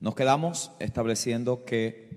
Nos quedamos estableciendo que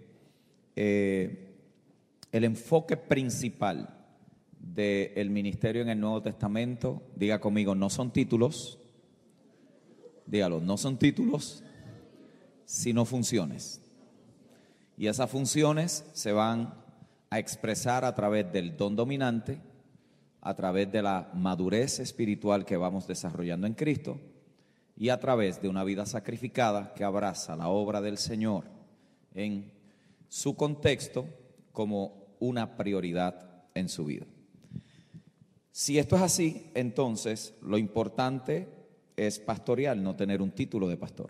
el enfoque principal del ministerio en el Nuevo Testamento, diga conmigo, no son títulos, dígalo, no son títulos, sino funciones. Y esas funciones se van a expresar a través del don dominante, a través de la madurez espiritual que vamos desarrollando en Cristo y a través de una vida sacrificada que abraza la obra del Señor en su contexto como una prioridad en su vida. Si esto es así, entonces lo importante es pastorear, no tener un título de pastor.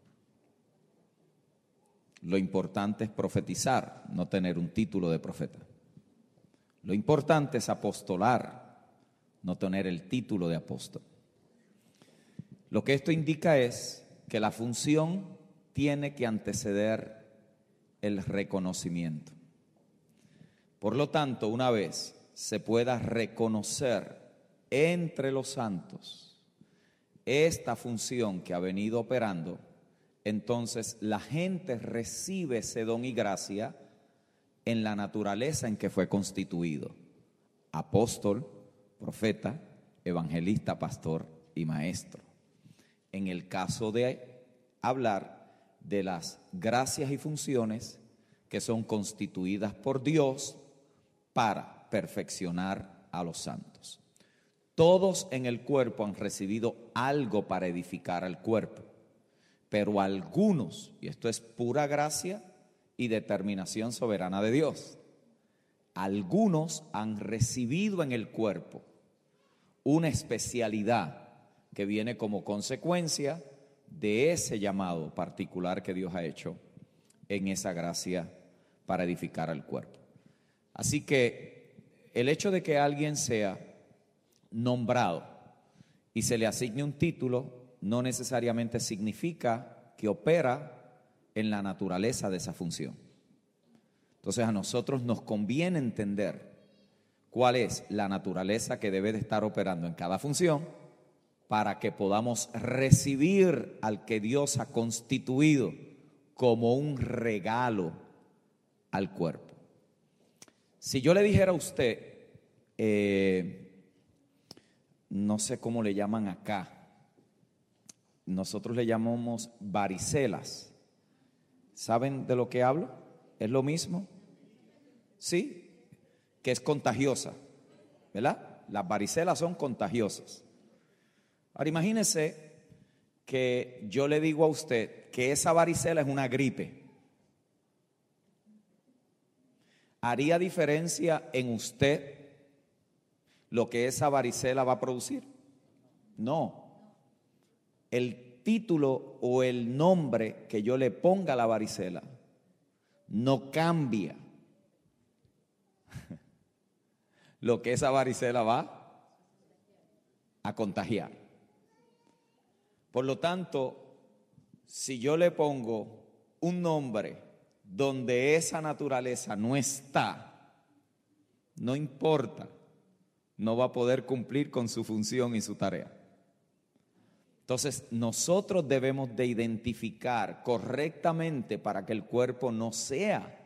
Lo importante es profetizar, no tener un título de profeta. Lo importante es apostolar, no tener el título de apóstol. Lo que esto indica es que la función tiene que anteceder el reconocimiento. Por lo tanto, una vez se pueda reconocer entre los santos esta función que ha venido operando, entonces la gente recibe ese don y gracia en la naturaleza en que fue constituido: apóstol, profeta, evangelista, pastor y maestro. En el caso de hablar de las gracias y funciones que son constituidas por Dios para perfeccionar a los santos. Todos en el cuerpo han recibido algo para edificar al cuerpo, pero algunos, y esto es pura gracia y determinación soberana de Dios, algunos han recibido en el cuerpo una especialidad que viene como consecuencia de ese llamado particular que Dios ha hecho en esa gracia para edificar al cuerpo. Así que el hecho de que alguien sea nombrado y se le asigne un título no necesariamente significa que opera en la naturaleza de esa función. Entonces a nosotros nos conviene entender cuál es la naturaleza que debe de estar operando en cada función para que podamos recibir al que Dios ha constituido como un regalo al cuerpo. Si yo le dijera a usted, no sé cómo le llaman acá, nosotros le llamamos varicelas. ¿Saben de lo que hablo? ¿Es lo mismo? Sí, que es contagiosa, ¿verdad? Las varicelas son contagiosas. Ahora imagínese que yo le digo a usted que esa varicela es una gripe. ¿Haría diferencia en usted lo que esa varicela va a producir? No. El título o el nombre que yo le ponga a la varicela no cambia lo que esa varicela va a contagiar. Por lo tanto, si yo le pongo un nombre donde esa naturaleza no está, no importa, no va a poder cumplir con su función y su tarea. Entonces, nosotros debemos de identificar correctamente para que el cuerpo no sea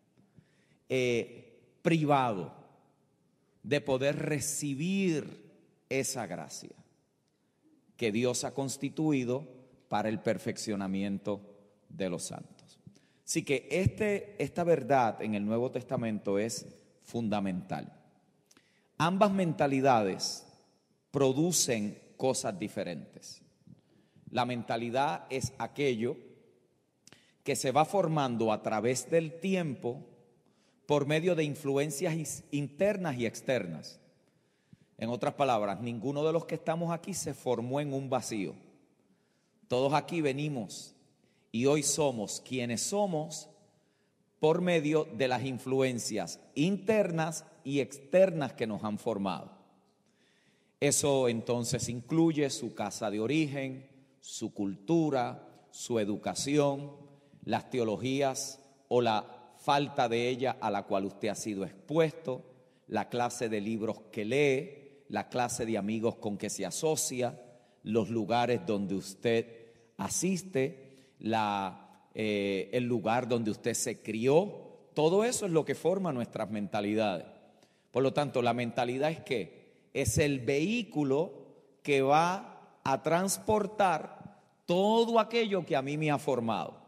privado de poder recibir esa gracia que Dios ha constituido para el perfeccionamiento de los santos. Así que esta verdad en el Nuevo Testamento es fundamental. Ambas mentalidades producen cosas diferentes. La mentalidad es aquello que se va formando a través del tiempo por medio de influencias internas y externas. En otras palabras, ninguno de los que estamos aquí se formó en un vacío. Todos aquí venimos y hoy somos quienes somos por medio de las influencias internas y externas que nos han formado. Eso entonces incluye su casa de origen, su cultura, su educación, las teologías o la falta de ella a la cual usted ha sido expuesto, la clase de libros que lee, la clase de amigos con que se asocia, los lugares donde usted asiste, la el lugar donde usted se crió. Todo eso es lo que forma nuestras mentalidades. Por lo tanto, la mentalidad es ¿qué? Es el vehículo que va a transportar todo aquello que a mí me ha formado.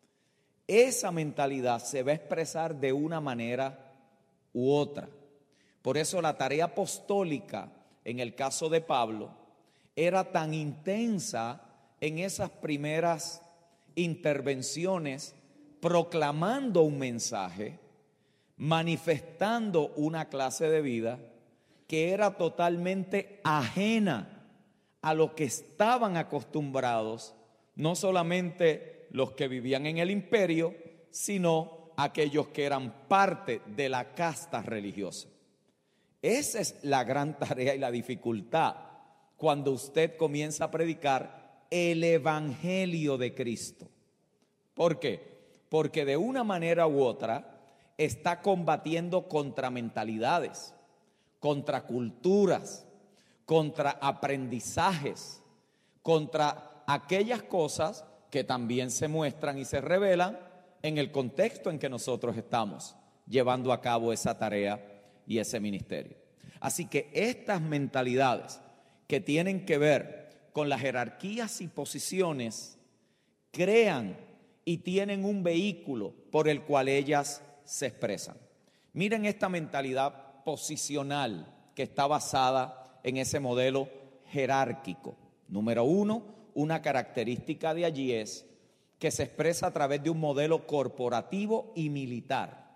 Esa mentalidad se va a expresar de una manera u otra. Por eso la tarea apostólica, en el caso de Pablo, era tan intensa en esas primeras intervenciones, proclamando un mensaje, manifestando una clase de vida que era totalmente ajena a lo que estaban acostumbrados, no solamente los que vivían en el imperio, sino aquellos que eran parte de la casta religiosa. Esa es la gran tarea y la dificultad cuando usted comienza a predicar el evangelio de Cristo. ¿Por qué? Porque de una manera u otra está combatiendo contra mentalidades, contra culturas, contra aprendizajes, contra aquellas cosas que también se muestran y se revelan en el contexto en que nosotros estamos llevando a cabo esa tarea y ese ministerio. Así que estas mentalidades que tienen que ver con las jerarquías y posiciones crean y tienen un vehículo por el cual ellas se expresan. Miren esta mentalidad posicional que está basada en ese modelo jerárquico. Número uno, una característica de allí es que se expresa a través de un modelo corporativo y militar.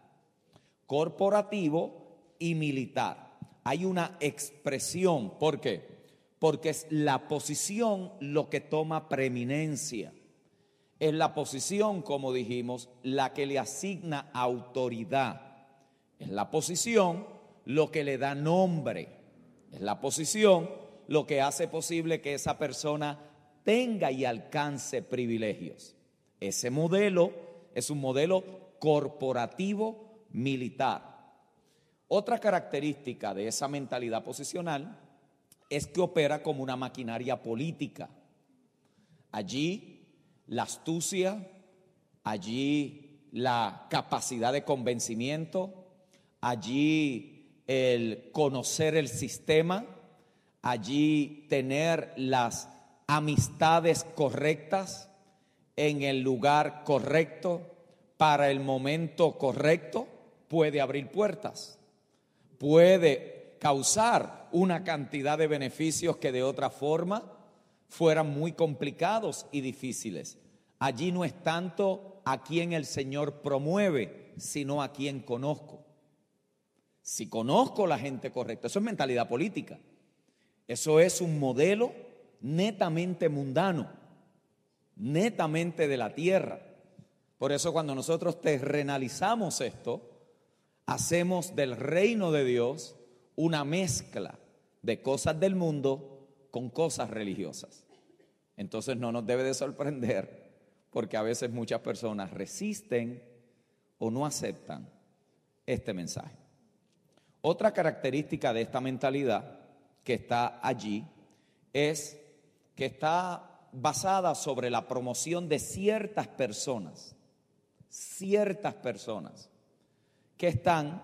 Corporativo y militar. Hay una expresión. ¿Por qué? Porque es la posición lo que toma preeminencia. Es la posición, como dijimos, la que le asigna autoridad. Es la posición lo que le da nombre. Es la posición lo que hace posible que esa persona tenga y alcance privilegios. Ese modelo es un modelo corporativo militar. Otra característica de esa mentalidad posicional es que opera como una maquinaria política. Allí la astucia, allí la capacidad de convencimiento, allí el conocer el sistema, allí tener las amistades correctas en el lugar correcto, para el momento correcto, puede abrir puertas, puede causar una cantidad de beneficios que de otra forma fueran muy complicados y difíciles. Allí no es tanto a quien el Señor promueve, sino a quien conozco. Si conozco la gente correcta, eso es mentalidad política. Eso es un modelo netamente mundano, netamente de la tierra. Por eso cuando nosotros terrenalizamos esto, hacemos del reino de Dios una mezcla de cosas del mundo con cosas religiosas. Entonces no nos debe de sorprender, porque a veces muchas personas resisten o no aceptan este mensaje. Otra característica de esta mentalidad que está allí es que está basada sobre la promoción de ciertas personas que están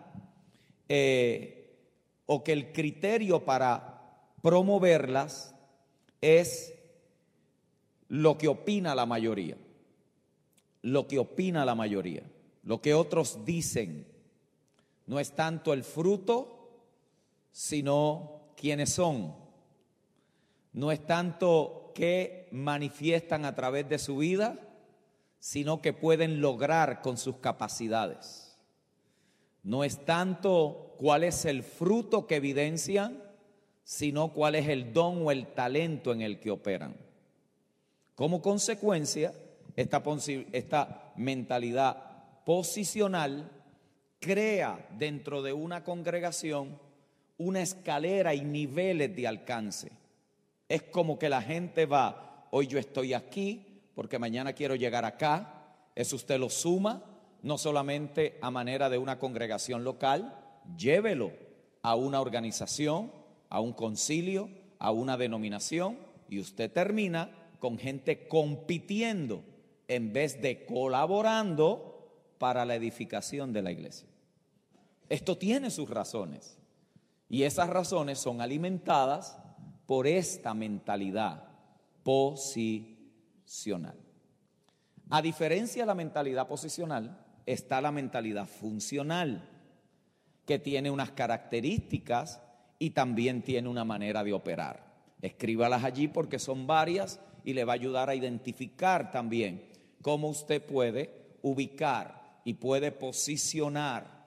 o que el criterio para promoverlas es lo que opina la mayoría, lo que otros dicen. No es tanto el fruto, sino quiénes son. No es tanto qué manifiestan a través de su vida, sino que pueden lograr con sus capacidades. No es tanto cuál es el fruto que evidencian, sino cuál es el don o el talento en el que operan. Como consecuencia, esta mentalidad posicional crea dentro de una congregación una escalera y niveles de alcance. Es como que la gente va, hoy yo estoy aquí porque mañana quiero llegar acá. Eso usted lo suma, no solamente a manera de una congregación local, llévelo a una organización, a un concilio, a una denominación, y usted termina con gente compitiendo en vez de colaborando para la edificación de la iglesia. Esto tiene sus razones y esas razones son alimentadas por esta mentalidad posicional. A diferencia de la mentalidad posicional, está la mentalidad funcional, que tiene unas características y también tiene una manera de operar. Escríbalas allí porque son varias y le va a ayudar a identificar también cómo usted puede ubicar y puede posicionar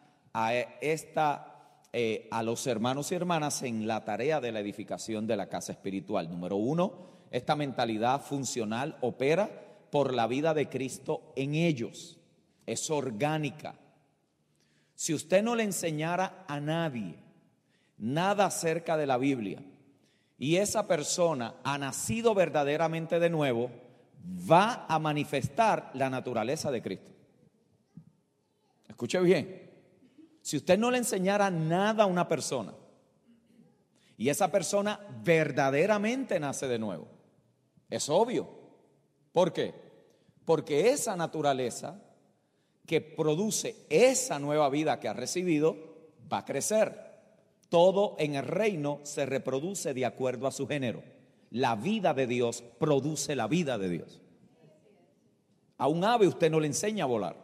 a los hermanos y hermanas en la tarea de la edificación de la casa espiritual. Número 1, esta mentalidad funcional opera por la vida de Cristo en ellos. Es orgánica. Si usted no le enseñara a nadie nada acerca de la Biblia y esa persona ha nacido verdaderamente de nuevo, va a manifestar la naturaleza de Cristo. Escuche bien. Si usted no le enseñara nada a una persona y esa persona verdaderamente nace de nuevo, es obvio. ¿Por qué? Porque esa naturaleza que produce esa nueva vida que ha recibido va a crecer. Todo en el reino se reproduce de acuerdo a su género. La vida de Dios produce la vida de Dios. A un ave usted no le enseña a volar.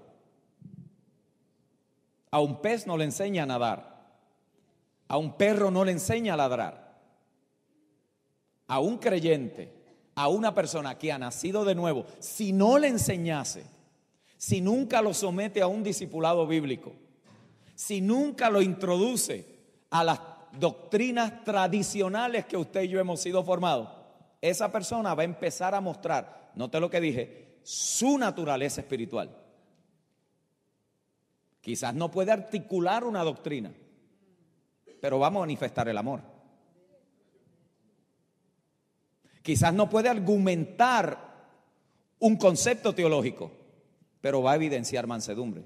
A un pez no le enseña a nadar. A un perro no le enseña a ladrar. A un creyente, a una persona que ha nacido de nuevo, si no le enseñase, si nunca lo somete a un discipulado bíblico, si nunca lo introduce a las doctrinas tradicionales que usted y yo hemos sido formados, esa persona va a empezar a mostrar, note lo que dije, su naturaleza espiritual. Quizás no puede articular una doctrina, pero va a manifestar el amor. Quizás no puede argumentar un concepto teológico, pero va a evidenciar mansedumbre.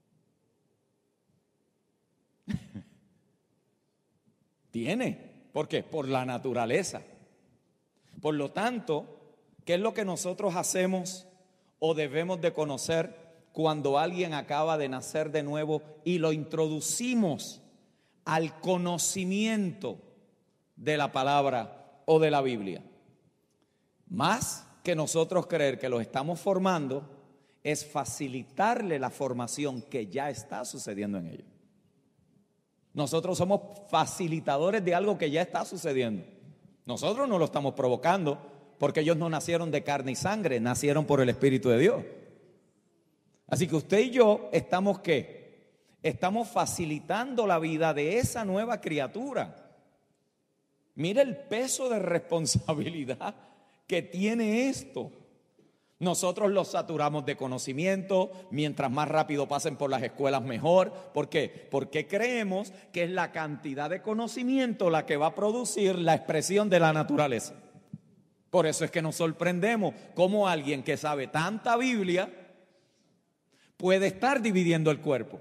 Tiene. ¿Por qué? Por la naturaleza. Por lo tanto, ¿qué es lo que nosotros hacemos o debemos de conocer cuando alguien acaba de nacer de nuevo y lo introducimos al conocimiento de la palabra o de la Biblia? Más que nosotros creer que los estamos formando, es facilitarle la formación que ya está sucediendo en ellos. Nosotros somos facilitadores de algo que ya está sucediendo. Nosotros no lo estamos provocando porque ellos no nacieron de carne y sangre, nacieron por el Espíritu de Dios. Así que usted y yo estamos ¿qué? Estamos facilitando la vida de esa nueva criatura. Mire el peso de responsabilidad que tiene esto. Nosotros los saturamos de conocimiento, mientras más rápido pasen por las escuelas mejor. ¿Por qué? Porque creemos que es la cantidad de conocimiento la que va a producir la expresión de la naturaleza. Por eso es que nos sorprendemos cómo alguien que sabe tanta Biblia puede estar dividiendo el cuerpo.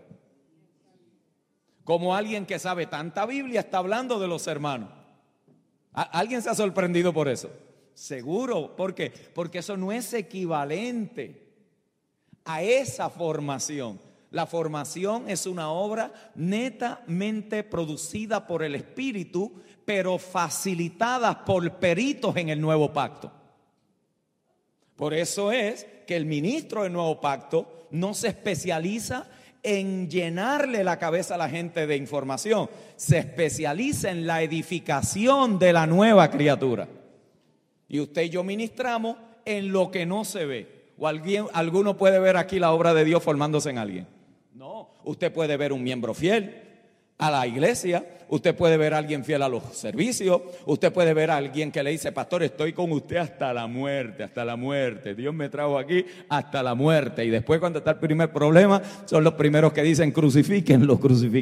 Como alguien que sabe tanta Biblia está hablando de los hermanos. ¿Alguien se ha sorprendido por eso? Seguro. ¿Por qué? Porque eso no es equivalente a esa formación. La formación es una obra netamente producida por el Espíritu, pero facilitada por peritos en el nuevo pacto. Por eso es que el ministro del nuevo pacto no se especializa en llenarle la cabeza a la gente de información, se especializa en la edificación de la nueva criatura. Y usted y yo ministramos en lo que no se ve. O alguno puede ver aquí la obra de Dios formándose en alguien. No, usted puede ver un miembro fiel a la iglesia, usted puede ver a alguien fiel a los servicios, usted puede ver a alguien que le dice: pastor, estoy con usted hasta la muerte, Dios me trajo aquí hasta la muerte. Y después, cuando está el primer problema, son los primeros que dicen: crucifíquenlo.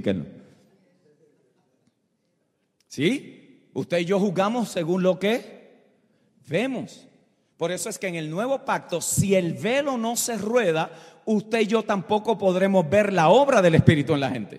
¿Sí? Usted y yo juzgamos según lo que vemos. Por eso es que en el nuevo pacto, si el velo no se rueda, usted y yo tampoco podremos ver la obra del Espíritu en la gente.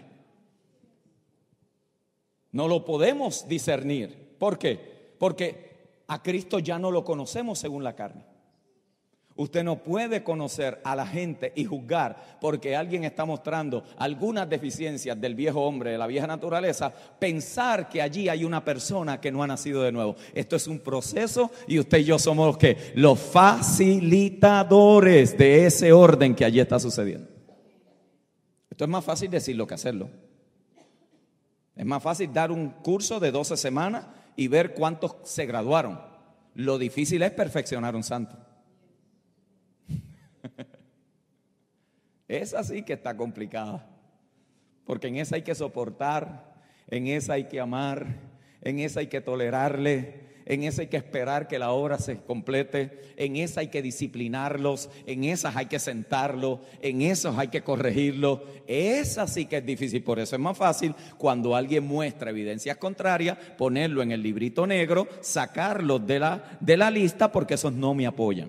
No lo podemos discernir. ¿Por qué? Porque a Cristo ya no lo conocemos según la carne. Usted no puede conocer a la gente y juzgar porque alguien está mostrando algunas deficiencias del viejo hombre, de la vieja naturaleza, pensar que allí hay una persona que no ha nacido de nuevo. Esto es un proceso y usted y yo somos los que, los facilitadores de ese orden que allí está sucediendo. Esto es más fácil decirlo que hacerlo. Es más fácil dar un curso de 12 semanas y ver cuántos se graduaron. Lo difícil es perfeccionar un santo. Esa sí que está complicada, porque en esa hay que soportar, en esa hay que amar, en esa hay que tolerarle, en esa hay que esperar que la obra se complete, en esa hay que disciplinarlos, en esas hay que sentarlos, en esos hay que corregirlos. Esa sí que es difícil, por eso es más fácil cuando alguien muestra evidencias contrarias, ponerlo en el librito negro, sacarlos de la lista porque esos no me apoyan,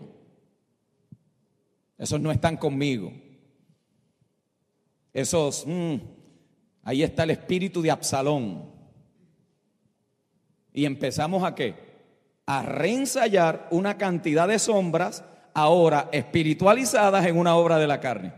esos no están conmigo. Esos, ahí está el espíritu de Absalón. Y empezamos ¿a qué? A reensayar una cantidad de sombras ahora espiritualizadas en una obra de la carne.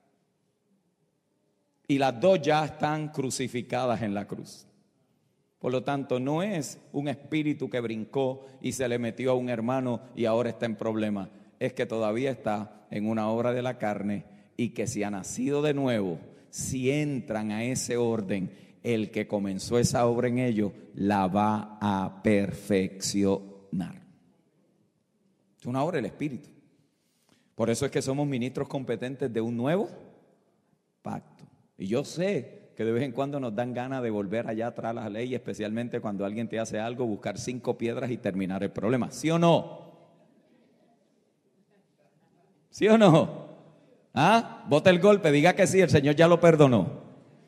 Y las dos ya están crucificadas en la cruz. Por lo tanto, no es un espíritu que brincó y se le metió a un hermano y ahora está en problema. Es que todavía está en una obra de la carne y que si ha nacido de nuevo, si entran a ese orden, el que comenzó esa obra en ellos la va a perfeccionar. Es una obra del Espíritu. Por eso es que somos ministros competentes de un nuevo pacto. Y yo sé que de vez en cuando nos dan ganas de volver allá atrás a la ley, especialmente cuando alguien te hace algo, buscar 5 piedras y terminar el problema. ¿Sí o no? ¿Sí o no? Bota el golpe, diga que sí, el Señor ya lo perdonó.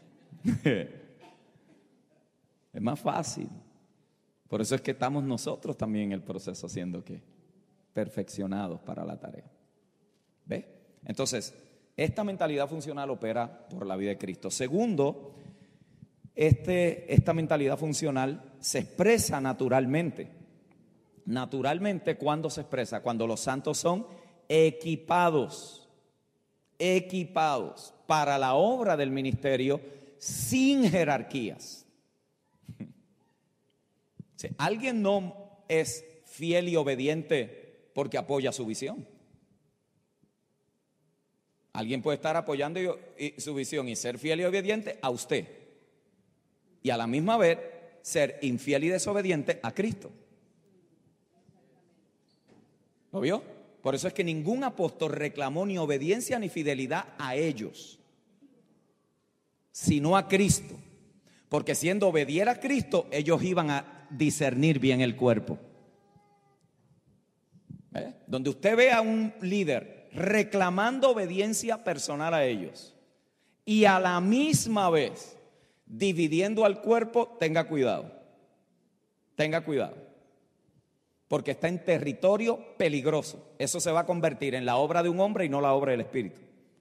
Es más fácil. Por eso es que estamos nosotros también en el proceso siendo que perfeccionados para la tarea. ¿Ves? Entonces, esta mentalidad funcional opera por la vida de Cristo. Segundo, esta mentalidad funcional se expresa naturalmente. Naturalmente, ¿cuándo se expresa? Cuando los santos son equipados para la obra del ministerio sin jerarquías. Si alguien no es fiel y obediente porque apoya su visión. Alguien puede estar apoyando su visión y ser fiel y obediente a usted, y a la misma vez ser infiel y desobediente a Cristo. ¿Lo vio? Por eso es que ningún apóstol reclamó ni obediencia ni fidelidad a ellos, sino a Cristo. Porque siendo obediente a Cristo, ellos iban a discernir bien el cuerpo. Donde usted ve a un líder reclamando obediencia personal a ellos y a la misma vez dividiendo al cuerpo, tenga cuidado. Tenga cuidado. Porque está en territorio peligroso. Eso se va a convertir en la obra de un hombre y no la obra del Espíritu.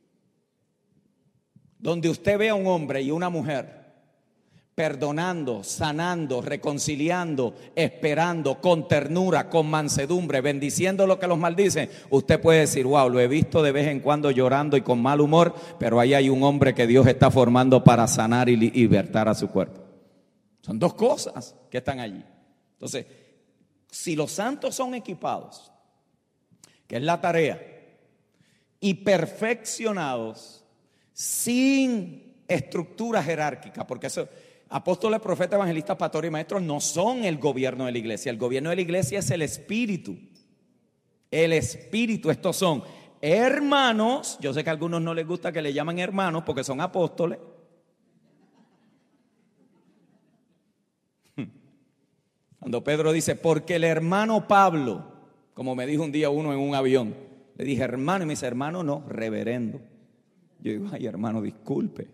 Donde usted ve a un hombre y una mujer perdonando, sanando, reconciliando, esperando, con ternura, con mansedumbre, bendiciendo lo que los maldicen, usted puede decir, wow, lo he visto de vez en cuando llorando y con mal humor, pero ahí hay un hombre que Dios está formando para sanar y libertar a su cuerpo. Son dos cosas que están allí. Entonces, si los santos son equipados, que es la tarea, y perfeccionados sin estructura jerárquica, porque eso, apóstoles, profetas, evangelistas, pastores y maestros no son el gobierno de la iglesia. El gobierno de la iglesia es el Espíritu. El Espíritu, estos son hermanos. Yo sé que a algunos no les gusta que le llaman hermanos porque son apóstoles. Cuando Pedro dice, porque el hermano Pablo, como me dijo un día uno en un avión, le dije hermano, y me dice hermano no, reverendo. Yo digo, ay hermano, disculpe.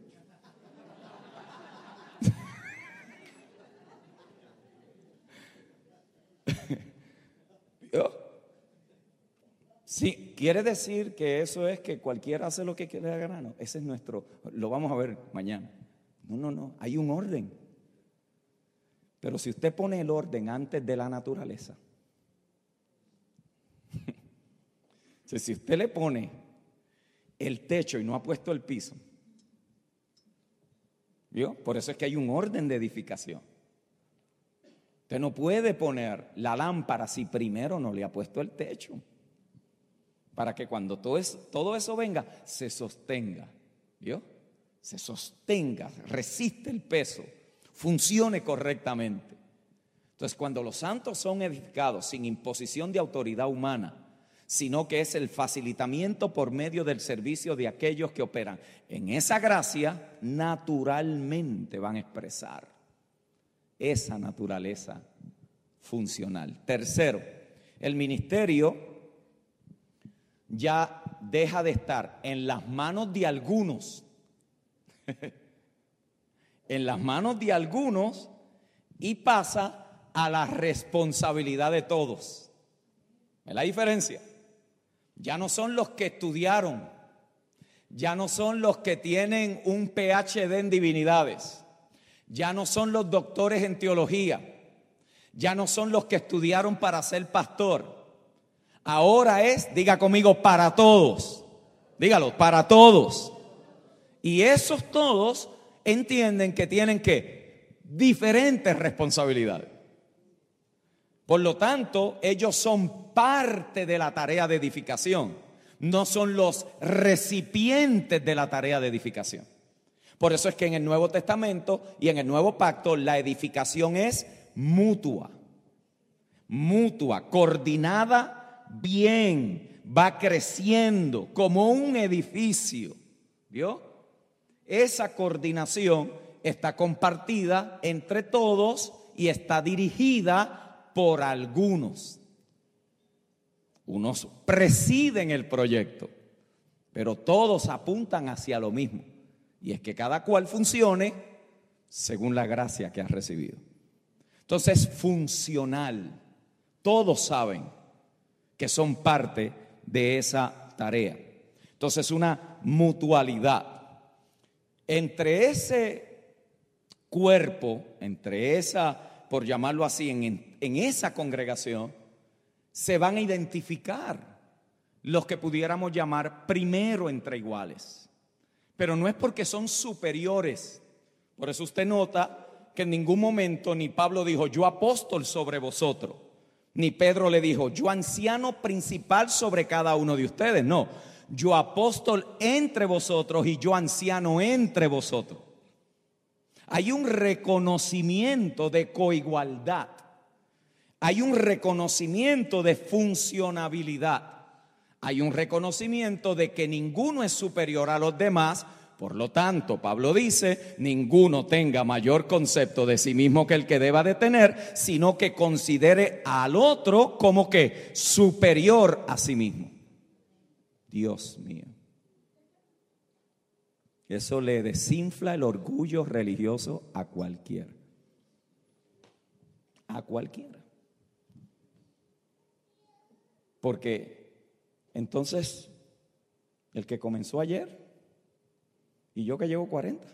Sí, quiere decir que eso es que cualquiera hace lo que quiere de ganar. No, ese es nuestro, lo vamos a ver mañana. No, hay un orden. Pero si usted pone el orden antes de la naturaleza, Entonces, si usted le pone el techo y no ha puesto el piso, ¿vio? Por eso es que hay un orden de edificación. Usted no puede poner la lámpara si primero no le ha puesto el techo, para que cuando todo eso venga, se sostenga, ¿vio? Se sostenga, resiste el peso, funcione correctamente. Entonces, cuando los santos son edificados sin imposición de autoridad humana, sino que es el facilitamiento por medio del servicio de aquellos que operan en esa gracia, naturalmente van a expresar esa naturaleza funcional. Tercero, el ministerio ya deja de estar en las manos de algunos, en las manos de algunos, y pasa a la responsabilidad de todos. ¿Es la diferencia? Ya no son los que estudiaron, ya no son los que tienen un PhD en divinidades, ya no son los doctores en teología, ya no son los que estudiaron para ser pastor. Ahora es, diga conmigo, para todos. Dígalo, para todos. Y esos todos entienden que tienen que diferentes responsabilidades. Por lo tanto, ellos son parte de la tarea de edificación, no son los recipientes de la tarea de edificación. Por eso es que en el Nuevo Testamento y en el Nuevo Pacto la edificación es mutua, coordinada bien, va creciendo como un edificio. ¿Vio? Esa coordinación está compartida entre todos y está dirigida por algunos. Unos presiden el proyecto, pero todos apuntan hacia lo mismo, y es que cada cual funcione según la gracia que has recibido. Entonces, funcional. Todos saben que son parte de esa tarea. Entonces, una mutualidad entre ese cuerpo, entre esa, por llamarlo así, en esa congregación, se van a identificar los que pudiéramos llamar primero entre iguales. Pero no es porque son superiores. Por eso usted nota que en ningún momento ni Pablo dijo, yo apóstol sobre vosotros, ni Pedro le dijo, yo anciano principal sobre cada uno de ustedes. No, yo apóstol entre vosotros y yo anciano entre vosotros. Hay un reconocimiento de coigualdad. Hay un reconocimiento de funcionabilidad. Hay un reconocimiento de que ninguno es superior a los demás. Por lo tanto, Pablo dice, ninguno tenga mayor concepto de sí mismo que el que deba de tener, sino que considere al otro como que superior a sí mismo. Dios mío. Eso le desinfla el orgullo religioso a cualquiera. A cualquiera. Porque entonces, el que comenzó ayer y yo que llevo 40,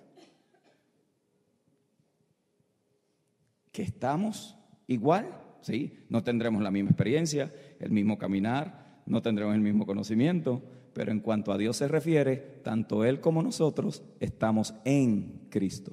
que estamos igual, sí, no tendremos la misma experiencia, el mismo caminar, no tendremos el mismo conocimiento, pero en cuanto a Dios se refiere, tanto Él como nosotros estamos en Cristo.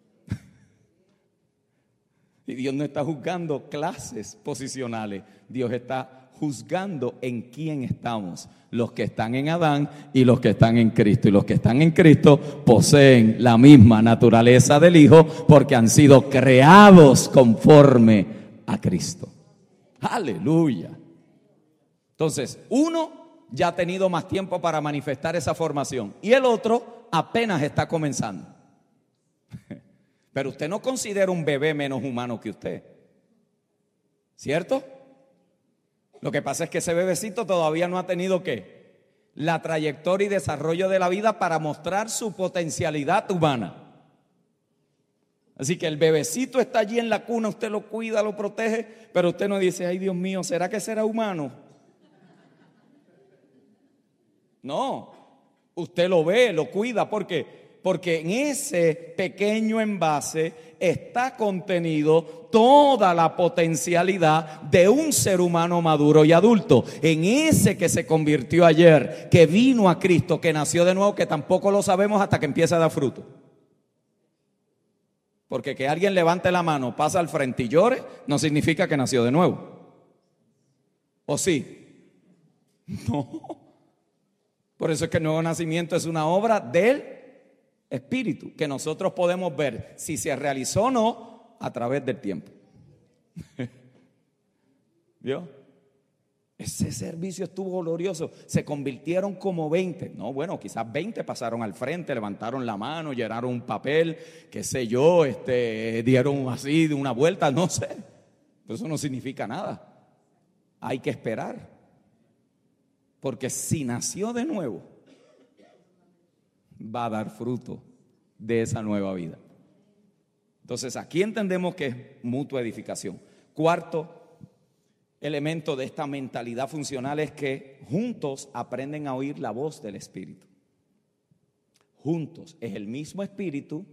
Y Dios no está juzgando clases posicionales, Dios está juzgando en quién estamos, los que están en Adán y los que están en Cristo. Y los que están en Cristo poseen la misma naturaleza del Hijo porque han sido creados conforme a Cristo. Aleluya. Entonces, uno ya ha tenido más tiempo para manifestar esa formación y el otro apenas está comenzando. Pero usted no considera un bebé menos humano que usted, ¿cierto? Lo que pasa es que ese bebecito todavía no ha tenido ¿qué? La trayectoria y desarrollo de la vida para mostrar su potencialidad humana. Así que el bebecito está allí en la cuna, usted lo cuida, lo protege, pero usted no dice, ay Dios mío, ¿será que será humano? No, usted lo ve, lo cuida, ¿por qué? Porque en ese pequeño envase está contenido toda la potencialidad de un ser humano maduro y adulto. En ese que se convirtió ayer, que vino a Cristo, que nació de nuevo, que tampoco lo sabemos hasta que empiece a dar fruto. Porque que alguien levante la mano, pasa al frente y llore, no significa que nació de nuevo. ¿O sí? No. Por eso es que el nuevo nacimiento es una obra del Espíritu, que nosotros podemos ver si se realizó o no a través del tiempo. ¿Vio? Ese servicio estuvo glorioso. Se convirtieron como 20. No, bueno, quizás 20 pasaron al frente, levantaron la mano, llenaron un papel, qué sé yo, dieron así de una vuelta, no sé. Pero eso no significa nada. Hay que esperar. Porque si nació de nuevo, va a dar fruto de esa nueva vida. Entonces aquí entendemos que es mutua edificación. Cuarto elemento de esta mentalidad funcional es que juntos aprenden a oír la voz del Espíritu. Juntos, es el mismo Espíritu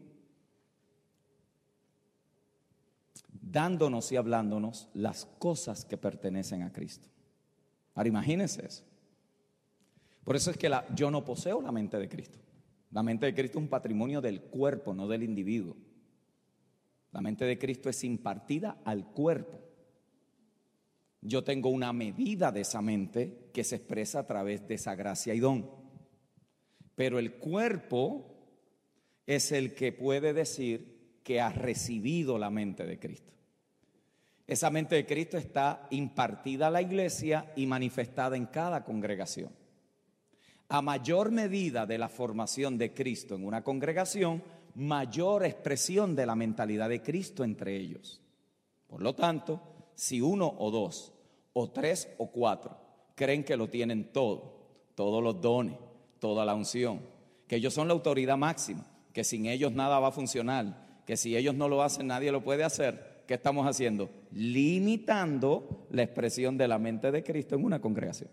dándonos y hablándonos las cosas que pertenecen a Cristo. Ahora imagínense eso. Por eso es que yo no poseo la mente de Cristo. La mente de Cristo es un patrimonio del cuerpo, no del individuo. La mente de Cristo es impartida al cuerpo. Yo tengo una medida de esa mente que se expresa a través de esa gracia y don. Pero el cuerpo es el que puede decir que ha recibido la mente de Cristo. Esa mente de Cristo está impartida a la iglesia y manifestada en cada congregación. A mayor medida de la formación de Cristo en una congregación, mayor expresión de la mentalidad de Cristo entre ellos. Por lo tanto, si uno o dos, o tres o cuatro, creen que lo tienen todo, todos los dones, toda la unción, que ellos son la autoridad máxima, que sin ellos nada va a funcionar, que si ellos no lo hacen nadie lo puede hacer, ¿qué estamos haciendo? Limitando la expresión de la mente de Cristo en una congregación.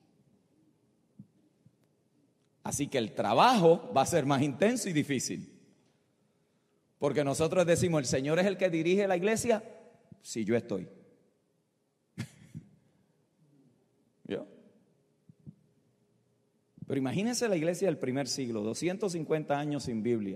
Así que el trabajo va a ser más intenso y difícil. Porque nosotros decimos, ¿el Señor es el que dirige la iglesia? Sí, yo estoy. ¿Vio? Pero imagínense la iglesia del primer siglo, 250 años sin Biblia.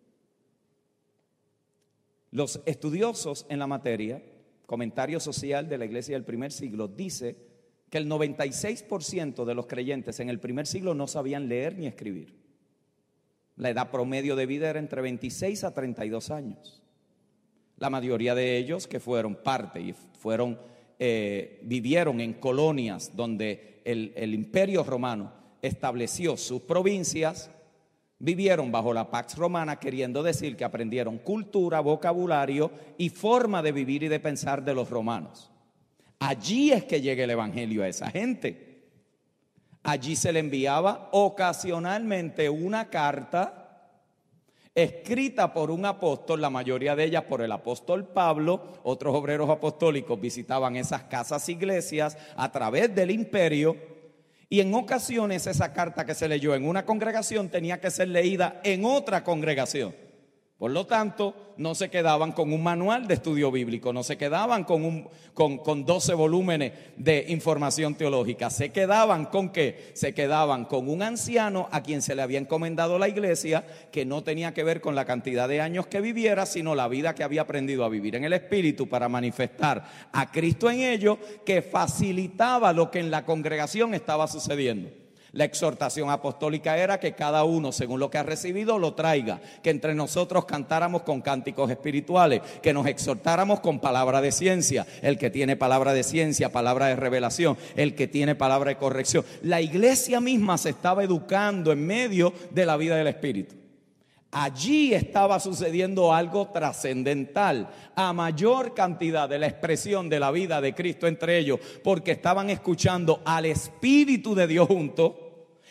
Los estudiosos en la materia, comentario social de la iglesia del primer siglo, dice que el 96% de los creyentes en el primer siglo no sabían leer ni escribir. La edad promedio de vida era entre 26 a 32 años. La mayoría de ellos que fueron parte y vivieron en colonias donde el Imperio Romano estableció sus provincias, vivieron bajo la Pax Romana, queriendo decir que aprendieron cultura, vocabulario y forma de vivir y de pensar de los romanos. Allí es que llega el evangelio a esa gente. Allí se le enviaba ocasionalmente una carta escrita por un apóstol, la mayoría de ellas por el apóstol Pablo. Otros obreros apostólicos visitaban esas casas iglesias a través del imperio, y en ocasiones esa carta que se leyó en una congregación tenía que ser leída en otra congregación. Por lo tanto, no se quedaban con un manual de estudio bíblico, no se quedaban con 12 volúmenes de información teológica. ¿Se quedaban con qué? Se quedaban con un anciano a quien se le había encomendado la iglesia, que no tenía que ver con la cantidad de años que viviera, sino la vida que había aprendido a vivir en el Espíritu para manifestar a Cristo en ello, que facilitaba lo que en la congregación estaba sucediendo. La exhortación apostólica era que cada uno, según lo que ha recibido, lo traiga. Que entre nosotros cantáramos con cánticos espirituales, que nos exhortáramos con palabra de ciencia. El que tiene palabra de ciencia, palabra de revelación, el que tiene palabra de corrección. La iglesia misma se estaba educando en medio de la vida del Espíritu. Allí estaba sucediendo algo trascendental, a mayor cantidad de la expresión de la vida de Cristo entre ellos, porque estaban escuchando al Espíritu de Dios juntos.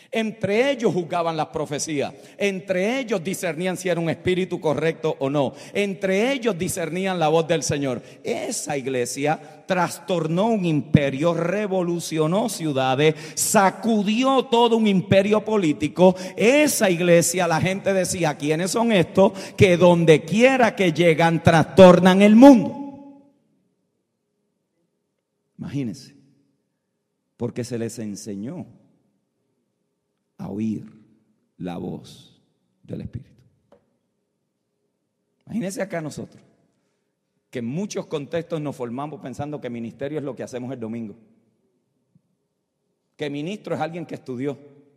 Entre ellos juzgaban las profecías. Entre ellos discernían si era un espíritu correcto o no. Entre ellos discernían la voz del Señor. Esa iglesia trastornó un imperio, revolucionó ciudades, sacudió todo un imperio político. Esa iglesia, la gente decía: ¿quiénes son estos que donde quiera que llegan trastornan el mundo? Imagínense, porque se les enseñó a oír la voz del Espíritu. Imagínense acá nosotros, que en muchos contextos nos formamos pensando que ministerio es lo que hacemos el domingo, que ministro es alguien que estudió.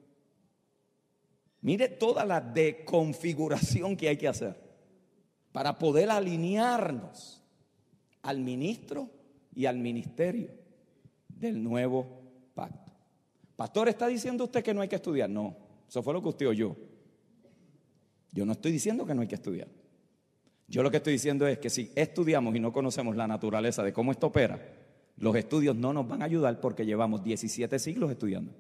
Mire toda la deconfiguración que hay que hacer para poder alinearnos al ministro y al ministerio del nuevo pacto. Pastor, ¿está diciendo usted que no hay que estudiar? No, eso fue lo que usted oyó. Yo no estoy diciendo que no hay que estudiar. Yo lo que estoy diciendo es que si estudiamos y no conocemos la naturaleza de cómo esto opera, los estudios no nos van a ayudar porque llevamos 17 siglos estudiando.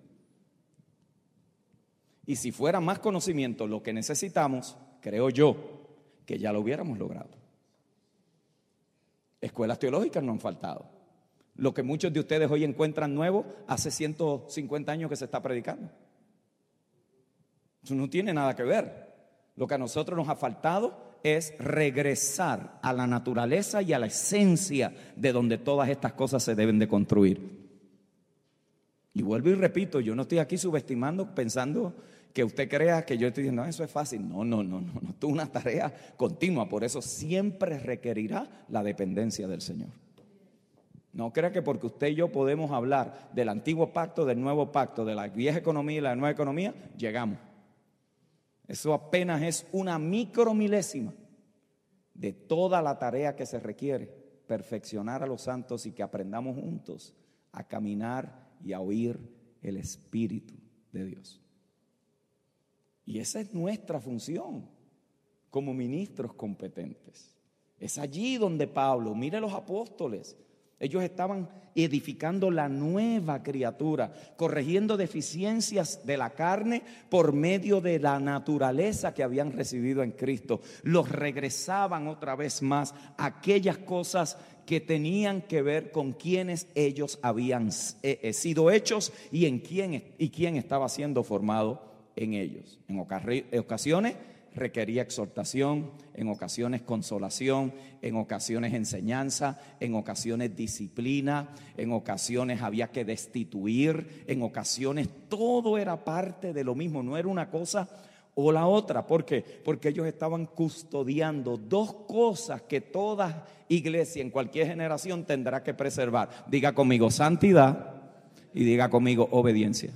Y si fuera más conocimiento lo que necesitamos, creo yo que ya lo hubiéramos logrado. Escuelas teológicas no han faltado. Lo que muchos de ustedes hoy encuentran nuevo, hace 150 años que se está predicando. Eso no tiene nada que ver. Lo que a nosotros nos ha faltado es regresar a la naturaleza y a la esencia de donde todas estas cosas se deben de construir. Y vuelvo y repito, yo no estoy aquí subestimando, pensando que usted crea que yo estoy diciendo: eso es fácil. No, esto es una tarea continua. Por eso siempre requerirá la dependencia del Señor. No crea que porque usted y yo podemos hablar del antiguo pacto, del nuevo pacto, de la vieja economía y la nueva economía, llegamos. Eso apenas es una micromilésima de toda la tarea que se requiere perfeccionar a los santos y que aprendamos juntos a caminar y a oír el Espíritu de Dios. Y esa es nuestra función como ministros competentes. Es allí donde Pablo, mire los apóstoles, ellos estaban edificando la nueva criatura, corrigiendo deficiencias de la carne por medio de la naturaleza que habían recibido en Cristo. Los regresaban otra vez más a aquellas cosas que tenían que ver con quienes ellos habían sido hechos y quién estaba siendo formado en ellos. En ocasiones requería exhortación, en ocasiones consolación, en ocasiones enseñanza, en ocasiones disciplina, en ocasiones había que destituir, en ocasiones todo era parte de lo mismo, no era una cosa o la otra. ¿Por qué? Porque ellos estaban custodiando dos cosas que toda iglesia en cualquier generación tendrá que preservar. Diga conmigo santidad y diga conmigo obediencia.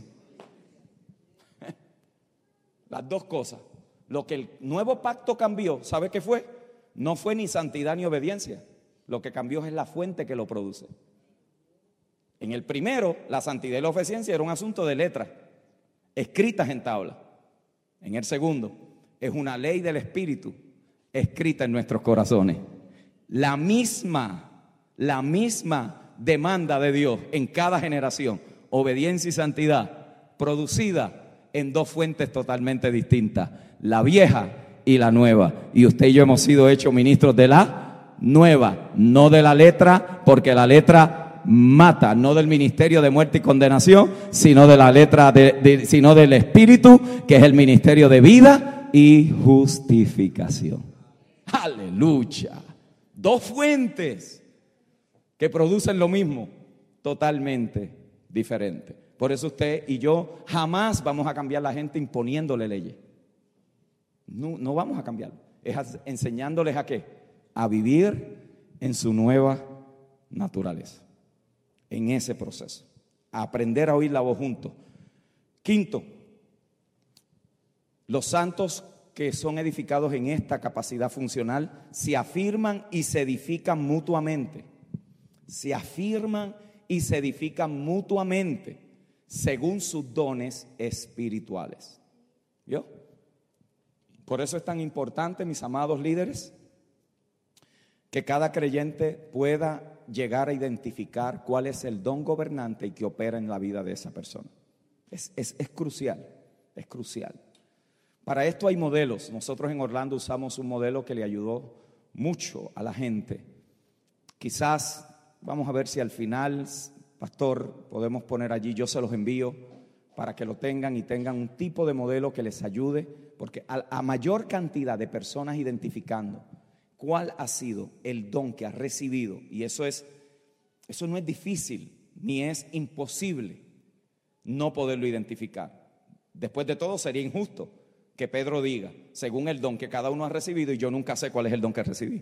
Las dos cosas. Lo que el nuevo pacto cambió, ¿sabe qué fue? No fue ni santidad ni obediencia. Lo que cambió es la fuente que lo produce. En el primero, la santidad y la obediencia era un asunto de letras, escritas en tabla. En el segundo, es una ley del Espíritu escrita en nuestros corazones. La misma demanda de Dios en cada generación, obediencia y santidad, producida en dos fuentes totalmente distintas, la vieja y la nueva. Y usted y yo hemos sido hechos ministros de la nueva, no de la letra, porque la letra mata, no del ministerio de muerte y condenación, sino de la letra sino del Espíritu, que es el ministerio de vida y justificación. Aleluya. Dos fuentes que producen lo mismo, totalmente diferente. Por eso usted y yo jamás vamos a cambiar a la gente imponiéndole leyes. No vamos a cambiarlo. Es enseñándoles a qué, a vivir en su nueva naturaleza, en ese proceso, a aprender a oír la voz juntos. Quinto, los santos que son edificados en esta capacidad funcional se afirman y se edifican mutuamente. Se afirman y se edifican mutuamente según sus dones espirituales. ¿Vio? Por eso es tan importante, mis amados líderes, que cada creyente pueda llegar a identificar cuál es el don gobernante y que opera en la vida de esa persona. Es crucial. es crucial. Para esto hay modelos. Nosotros en Orlando usamos un modelo que le ayudó mucho a la gente. Quizás, vamos a ver si al final, pastor, podemos poner allí, yo se los envío para que lo tengan y tengan un tipo de modelo que les ayude, porque a mayor cantidad de personas identificando cuál ha sido el don que ha recibido, y eso no es difícil ni es imposible no poderlo identificar. Después de todo, sería injusto que Pedro diga, según el don que cada uno ha recibido, y yo nunca sé cuál es el don que recibí.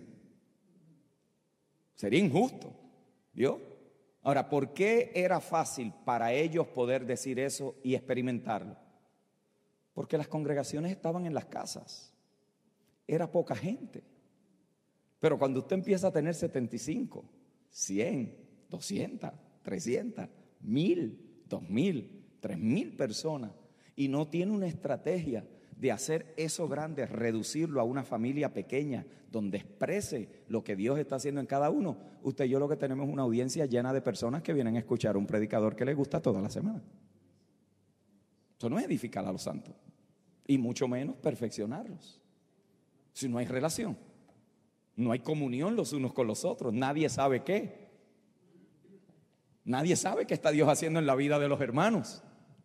Sería injusto, ¿vio? Ahora, ¿por qué era fácil para ellos poder decir eso y experimentarlo? Porque las congregaciones estaban en las casas, era poca gente. Pero cuando usted empieza a tener 75, 100, 200, 300, 1000, 2000, 3000 personas y no tiene una estrategia de hacer eso grande, reducirlo a una familia pequeña donde exprese lo que Dios está haciendo en cada uno, usted y yo lo que tenemos es una audiencia llena de personas que vienen a escuchar a un predicador que les gusta toda la semana. Eso no es edificar a los santos y mucho menos perfeccionarlos. Si no hay relación, no hay comunión los unos con los otros, nadie sabe qué. Nadie sabe qué está Dios haciendo en la vida de los hermanos.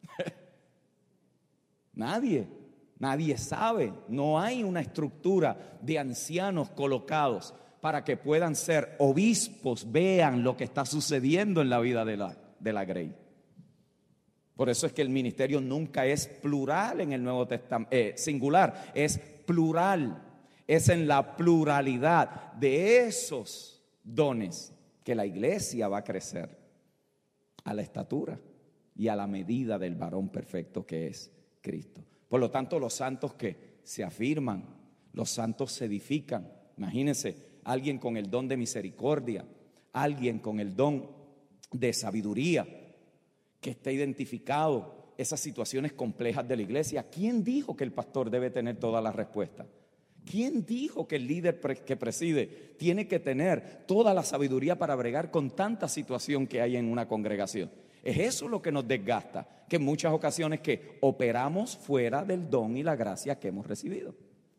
Nadie sabe. No hay una estructura de ancianos colocados para que puedan ser obispos, vean lo que está sucediendo en la vida de la Grey. Por eso es que el ministerio nunca es plural en el Nuevo Testamento, singular, es plural. Es en la pluralidad de esos dones que la iglesia va a crecer a la estatura y a la medida del varón perfecto que es Cristo. Por lo tanto, los santos que se afirman, los santos se edifican. Imagínense, alguien con el don de misericordia, alguien con el don de sabiduría, que esté identificado esas situaciones complejas de la iglesia. ¿Quién dijo que el pastor debe tener todas las respuestas? ¿Quién dijo que el líder que preside tiene que tener toda la sabiduría para bregar con tanta situación que hay en una congregación? Es eso lo que nos desgasta, que en muchas ocasiones que operamos fuera del don y la gracia que hemos recibido.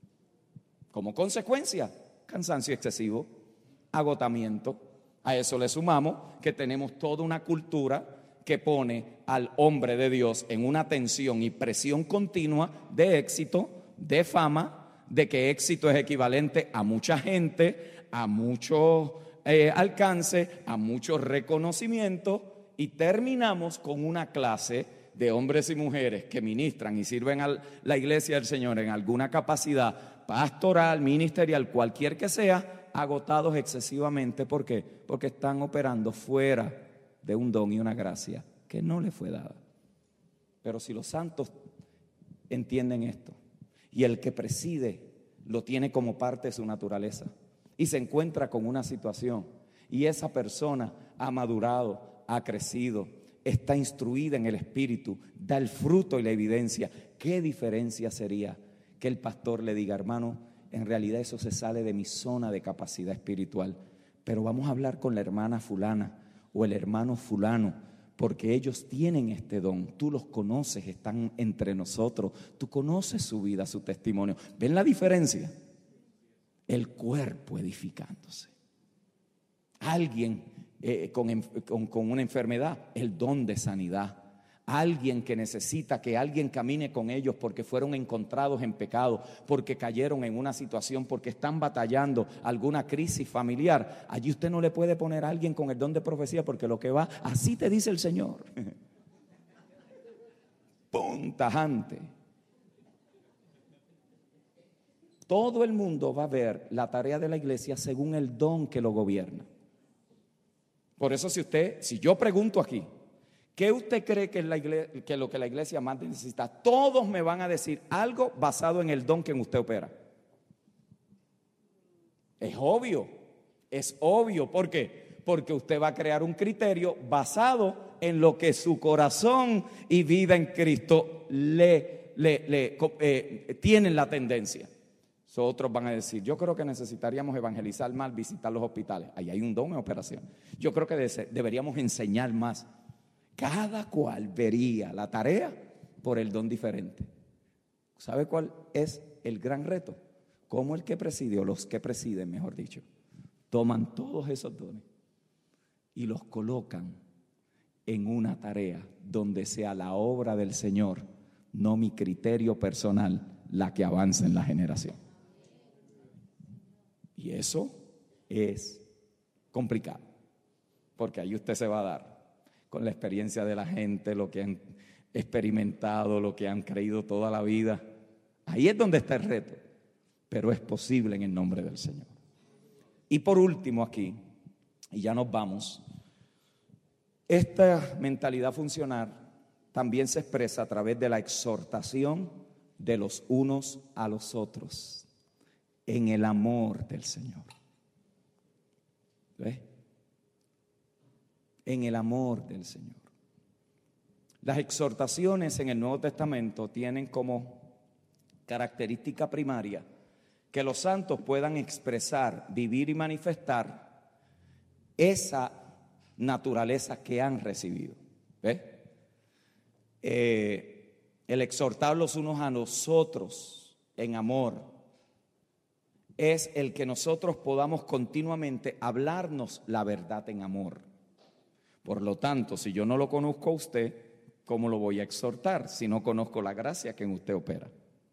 Como consecuencia, cansancio excesivo, agotamiento. A eso le sumamos que tenemos toda una cultura que pone al hombre de Dios en una tensión y presión continua de éxito, de fama, de que éxito es equivalente a mucha gente, a mucho alcance, a mucho reconocimiento, y terminamos con una clase de hombres y mujeres que ministran y sirven a la iglesia del Señor en alguna capacidad pastoral, ministerial, cualquier que sea, agotados excesivamente. ¿Por qué? Porque están operando fuera de un don y una gracia que no les fue dada. Pero si los santos entienden esto, y el que preside lo tiene como parte de su naturaleza, y se encuentra con una situación, y esa persona ha madurado, ha crecido, está instruida en el Espíritu, da el fruto y la evidencia, ¿qué diferencia sería que el pastor le diga, hermano, en realidad eso se sale de mi zona de capacidad espiritual, pero vamos a hablar con la hermana fulana o el hermano fulano, porque ellos tienen este don, tú los conoces, están entre nosotros, tú conoces su vida, su testimonio? ¿Ven la diferencia? El cuerpo edificándose. Alguien con una enfermedad, el don de sanidad. Alguien que necesita que alguien camine con ellos porque fueron encontrados en pecado, porque cayeron en una situación, porque están batallando alguna crisis familiar. Allí usted no le puede poner a alguien con el don de profecía, porque lo que va, así te dice el Señor. ¡Pum! Tajante. Todo el mundo va a ver la tarea de la iglesia según el don que lo gobierna. Por eso si yo pregunto aquí, ¿qué usted cree que es lo que la iglesia más necesita? Todos me van a decir algo basado en el don que en usted opera. Es obvio. ¿Por qué? Porque usted va a crear un criterio basado en lo que su corazón y vida en Cristo tienen la tendencia. Otros van a decir, yo creo que necesitaríamos evangelizar más, visitar los hospitales. Ahí hay un don en operación. Yo creo que deberíamos enseñar más. Cada cual vería la tarea por el don diferente. ¿Sabe cuál es el gran reto? Cómo el que preside, o los que presiden, mejor dicho, toman todos esos dones y los colocan en una tarea donde sea la obra del Señor, no mi criterio personal, la que avance en la generación. Y eso es complicado, porque ahí usted se va a dar con la experiencia de la gente, lo que han experimentado, lo que han creído toda la vida. Ahí es donde está el reto, pero es posible en el nombre del Señor. Y por último aquí, y ya nos vamos, esta mentalidad funcional también se expresa a través de la exhortación de los unos a los otros en el amor del Señor. ¿Ves? En el amor del Señor. Las exhortaciones en el Nuevo Testamento tienen como característica primaria que los santos puedan expresar, vivir y manifestar esa naturaleza que han recibido. ¿Ves? El exhortar los unos a los otros en amor es el que nosotros podamos continuamente hablarnos la verdad en amor. Por lo tanto, si yo no lo conozco a usted, ¿cómo lo voy a exhortar si no conozco la gracia que en usted opera?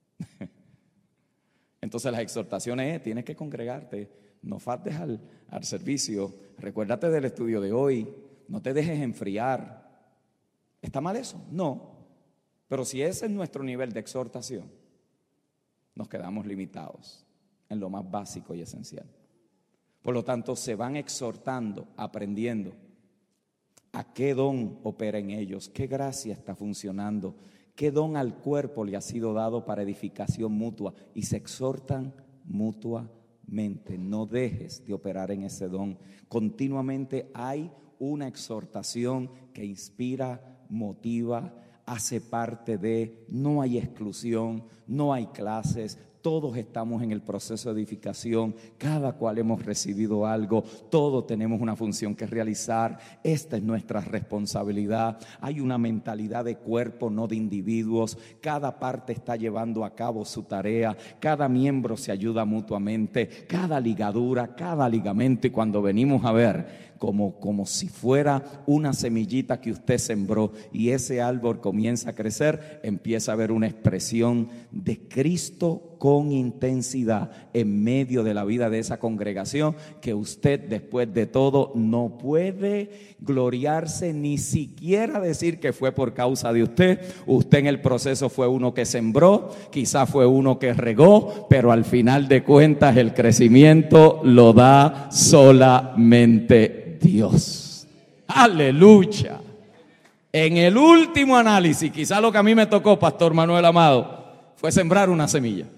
Entonces las exhortaciones tienes que congregarte, no faltes al servicio, recuérdate del estudio de hoy, no te dejes enfriar. ¿Está mal eso? No, pero si ese es nuestro nivel de exhortación, nos quedamos limitados en lo más básico y esencial. Por lo tanto, se van exhortando, aprendiendo a qué don opera en ellos, qué gracia está funcionando, qué don al cuerpo le ha sido dado para edificación mutua, y se exhortan mutuamente. No dejes de operar en ese don. Continuamente hay una exhortación que inspira, motiva, hace parte de, no hay exclusión, no hay clases. Todos estamos en el proceso de edificación, cada cual hemos recibido algo, todos tenemos una función que realizar, esta es nuestra responsabilidad. Hay una mentalidad de cuerpo, no de individuos, cada parte está llevando a cabo su tarea, cada miembro se ayuda mutuamente, cada ligadura, cada ligamento, y cuando venimos a ver, como si fuera una semillita que usted sembró y ese árbol comienza a crecer, empieza a haber una expresión de Cristo con intensidad en medio de la vida de esa congregación, que usted después de todo no puede gloriarse, ni siquiera decir que fue por causa de usted. Usted en el proceso fue uno que sembró, quizás fue uno que regó, pero al final de cuentas el crecimiento lo da solamente Dios. Aleluya. En el último análisis, quizá lo que a mí me tocó, Pastor Manuel amado, fue sembrar una semilla.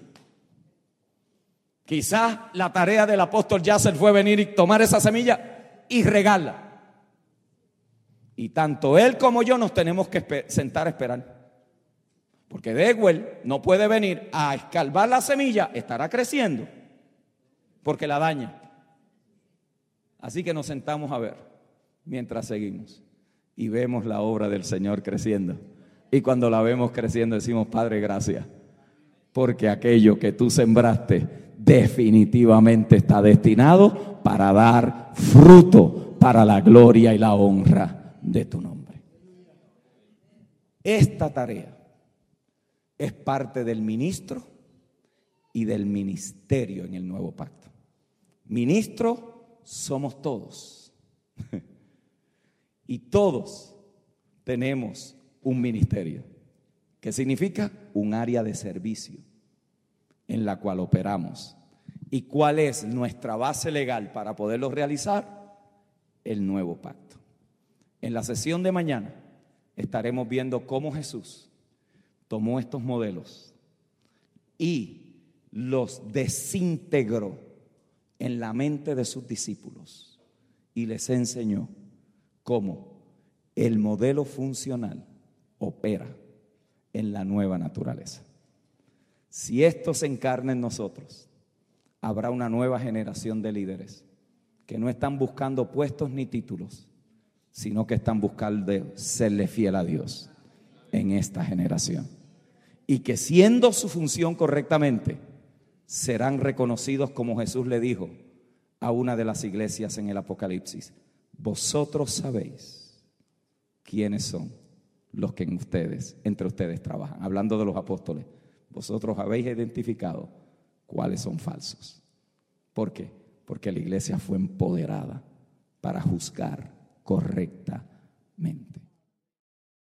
Quizás la tarea del apóstol Yasser fue venir y tomar esa semilla y regarla. Y tanto él como yo nos tenemos que sentar a esperar. Porque Dewell no puede venir a escarbar la semilla, estará creciendo, porque la daña. Así que nos sentamos a ver mientras seguimos y vemos la obra del Señor creciendo. Y cuando la vemos creciendo decimos: Padre, gracias, porque aquello que tú sembraste definitivamente está destinado para dar fruto para la gloria y la honra de tu nombre. Esta tarea es parte del ministro y del ministerio en el nuevo pacto. Ministro somos todos y todos tenemos un ministerio, que significa un área de servicio en la cual operamos. ¿Y cuál es nuestra base legal para poderlo realizar? El nuevo pacto. En la sesión de mañana estaremos viendo cómo Jesús tomó estos modelos y los desintegró en la mente de sus discípulos y les enseñó cómo el modelo funcional opera en la nueva naturaleza. Si esto se encarna en nosotros, habrá una nueva generación de líderes que no están buscando puestos ni títulos, sino que están buscando serle fiel a Dios en esta generación. y que siendo su función correctamente, serán reconocidos como Jesús le dijo a una de las iglesias en el Apocalipsis: vosotros sabéis quiénes son los que entre ustedes trabajan. Hablando de los apóstoles, vosotros habéis identificado cuáles son falsos. ¿Por qué? Porque la iglesia fue empoderada para juzgar correctamente.